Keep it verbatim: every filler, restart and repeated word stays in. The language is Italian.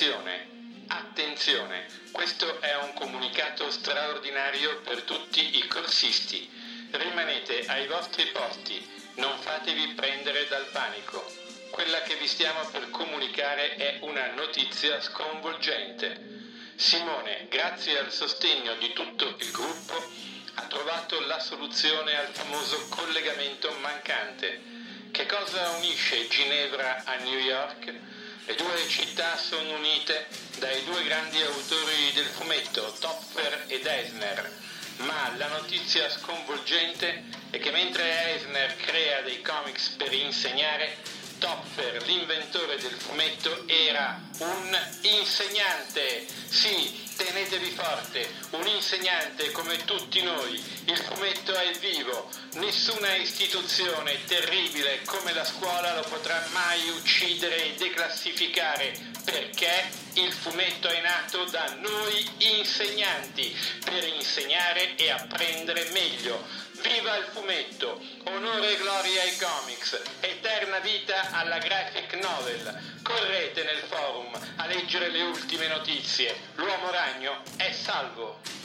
Attenzione, attenzione, questo è un comunicato straordinario per tutti i corsisti. Rimanete ai vostri posti, non fatevi prendere dal panico. Quella che vi stiamo per comunicare è una notizia sconvolgente. Simone, grazie al sostegno di tutto il gruppo, ha trovato la soluzione al famoso collegamento mancante. Che cosa unisce Ginevra a New York? Le due città sono unite dai due grandi autori del fumetto, Topfer ed Eisner. Ma la notizia sconvolgente è che mentre Eisner crea dei comics per insegnare, Topfer, l'inventore del fumetto, era un insegnante. Sì, tenetevi forte, un insegnante come tutti noi. Il fumetto è vivo, nessuna istituzione terribile come la scuola lo potrà mai uccidere e declassificare, perché il fumetto è nato da noi insegnanti, per insegnare e apprendere meglio. Viva il fumetto, onore e gloria ai comics, eterna vita alla graphic novel. Correte nel forum a leggere le ultime notizie, l'uomo ragno è salvo.